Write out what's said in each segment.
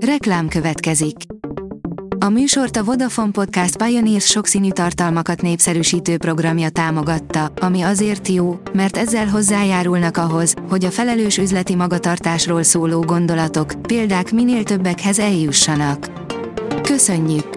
Reklám következik. A műsort a Vodafone Podcast Pioneers sokszínű tartalmakat népszerűsítő programja támogatta, ami azért jó, mert ezzel hozzájárulnak ahhoz, hogy a felelős üzleti magatartásról szóló gondolatok, példák minél többekhez eljussanak. Köszönjük!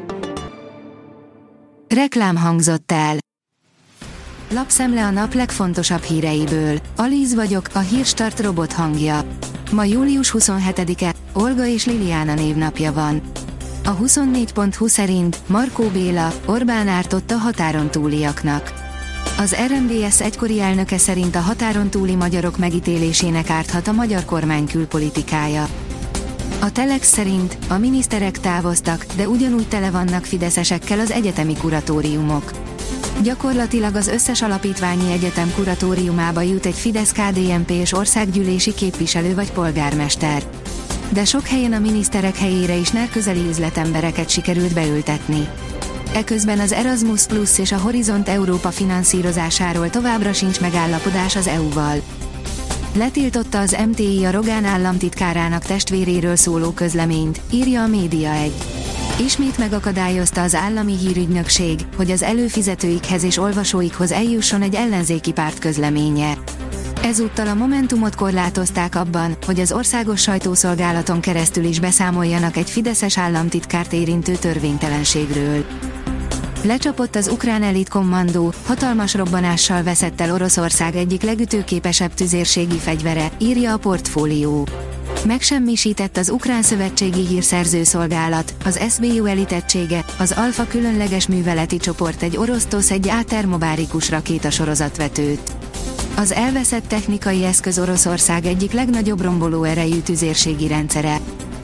Reklám hangzott el. Lapszemle a nap legfontosabb híreiből. Alíz vagyok, a Hírstart robot hangja. Ma július 27-e, Olga és Liliana névnapja van. A 24.hu szerint Markó Béla, Orbán ártott a határon túliaknak. Az RMDSZ egykori elnöke szerint a határon túli magyarok megítélésének árthat a magyar kormány külpolitikája. A Telex szerint a miniszterek távoztak, de ugyanúgy tele vannak fideszesekkel az egyetemi kuratóriumok. Gyakorlatilag az összes alapítványi egyetem kuratóriumába jut egy Fidesz-KDNP-s országgyűlési képviselő vagy polgármester. De sok helyen a miniszterek helyére is NER-közeli üzletembereket sikerült beültetni. Eközben az Erasmus Plus és a Horizont Európa finanszírozásáról továbbra sincs megállapodás az EU-val. Letiltotta az MTI a Rogán államtitkárának testvéréről szóló közleményt, írja a Média 1. Ismét megakadályozta az állami hírügynökség, hogy az előfizetőikhez és olvasóikhoz eljusson egy ellenzéki párt közleménye. Ezúttal a Momentumot korlátozták abban, hogy az országos sajtószolgálaton keresztül is beszámoljanak egy fideszes államtitkárt érintő törvénytelenségről. Lecsapott az ukrán elitkommandó, hatalmas robbanással veszett el Oroszország egyik legütőképesebb tüzérségi fegyvere, írja a Portfólió. Megsemmisített az ukrán szövetségi hírszerző szolgálat, az SBU elitegysége, az Alfa különleges műveleti csoport egy orosz TOSZ egy termobárikus rakétasorozatvetőt. Az elveszett technikai eszköz Oroszország egyik legnagyobb romboló erejű tüzérségi rendszere.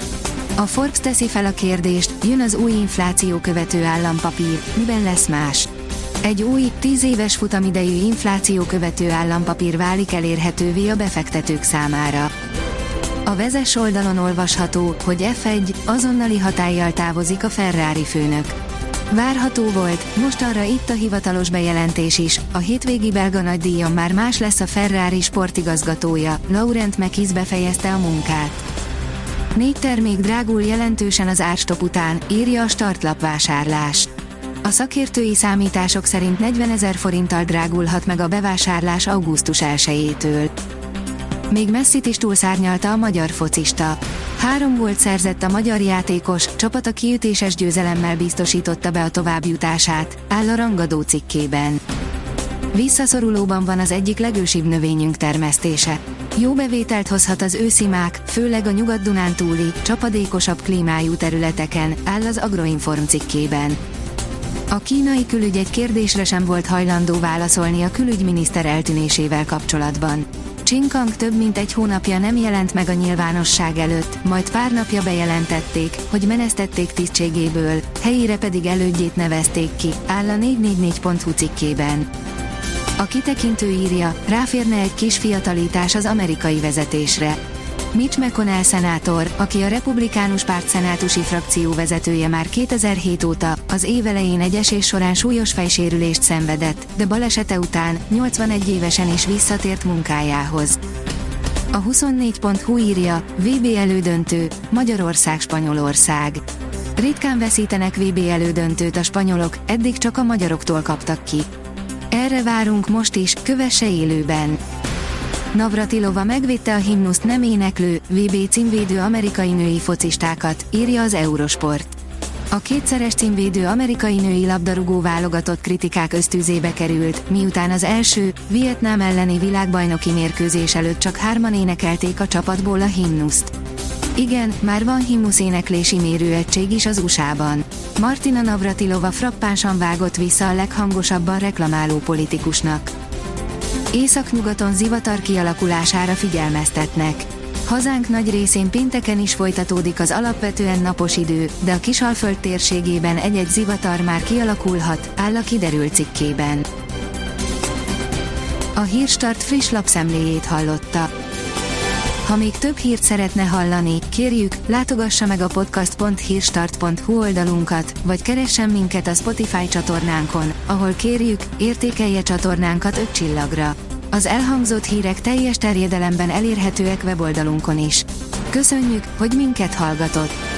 A Forbes teszi fel a kérdést, jön az új infláció követő állampapír, miben lesz más? Egy új, 10 éves futamidejű infláció követő állampapír válik elérhetővé a befektetők számára. A Vezess oldalon olvasható, hogy F1 azonnali hatállyal távozik a Ferrari főnök. Várható volt, mostanra itt a hivatalos bejelentés is, a hétvégi belga nagydíjon már más lesz a Ferrari sportigazgatója, Laurent Mekies befejezte a munkát. 4 termék drágul jelentősen az árstop után, írja a startlapvásárlás. A szakértői számítások szerint 40 000 forinttal drágulhat meg a bevásárlás augusztus 1-től. Még Messit is túlszárnyalta a magyar focista. 3 gólt szerzett a magyar játékos, csapata kiütéses győzelemmel biztosította be a továbbjutását, áll a Rangadó cikkében. Visszaszorulóban van az egyik legősibb növényünk termesztése. Jó bevételt hozhat az őszi mák, főleg a Nyugat-Dunántúli, csapadékosabb klímájú területeken, áll az Agroinform cikkében. A kínai külügy egy kérdésre sem volt hajlandó válaszolni a külügyminiszter eltűnésével kapcsolatban. Qin Kang több mint egy hónapja nem jelent meg a nyilvánosság előtt, majd pár napja bejelentették, hogy menesztették tisztségéből, helyére pedig elődjét nevezték ki, áll a 444.hu cikkében. A kitekintő írja, ráférne egy kis fiatalítás az amerikai vezetésre. Mitch McConnell szenátor, aki a republikánus párt szenátusi frakció vezetője már 2007 óta, az év elején egy esés során súlyos fejsérülést szenvedett, de balesete után 81 évesen is visszatért munkájához. A 24.hu írja, VB elődöntő, Magyarország-Spanyolország. Ritkán veszítenek VB elődöntőt a spanyolok, eddig csak a magyaroktól kaptak ki. Erre várunk most is, kövesse élőben. Navratilova megvédte a himnuszt nem éneklő, VB címvédő amerikai női focistákat, írja az Eurosport. A kétszeres címvédő amerikai női labdarúgó válogatott kritikák ösztűzébe került, miután az első, Vietnám elleni világbajnoki mérkőzés előtt csak 3-an énekelték a csapatból a himnuszt. Igen, már van himnuszéneklési mérőegység is az USA-ban. Martina Navratilova frappánsan vágott vissza a leghangosabban reklamáló politikusnak. Északnyugaton zivatar kialakulására figyelmeztetnek. Hazánk nagy részén pénteken is folytatódik az alapvetően napos idő, de a Kisalföld térségében egy-egy zivatar már kialakulhat, áll a Kiderült cikkében. A Hírstart friss lapszemléjét hallotta. Ha még több hírt szeretne hallani, kérjük, látogassa meg a podcast.hírstart.hu oldalunkat, vagy keressen minket a Spotify csatornánkon, ahol kérjük, értékelje csatornánkat 5 csillagra. Az elhangzott hírek teljes terjedelemben elérhetőek weboldalunkon is. Köszönjük, hogy minket hallgatott!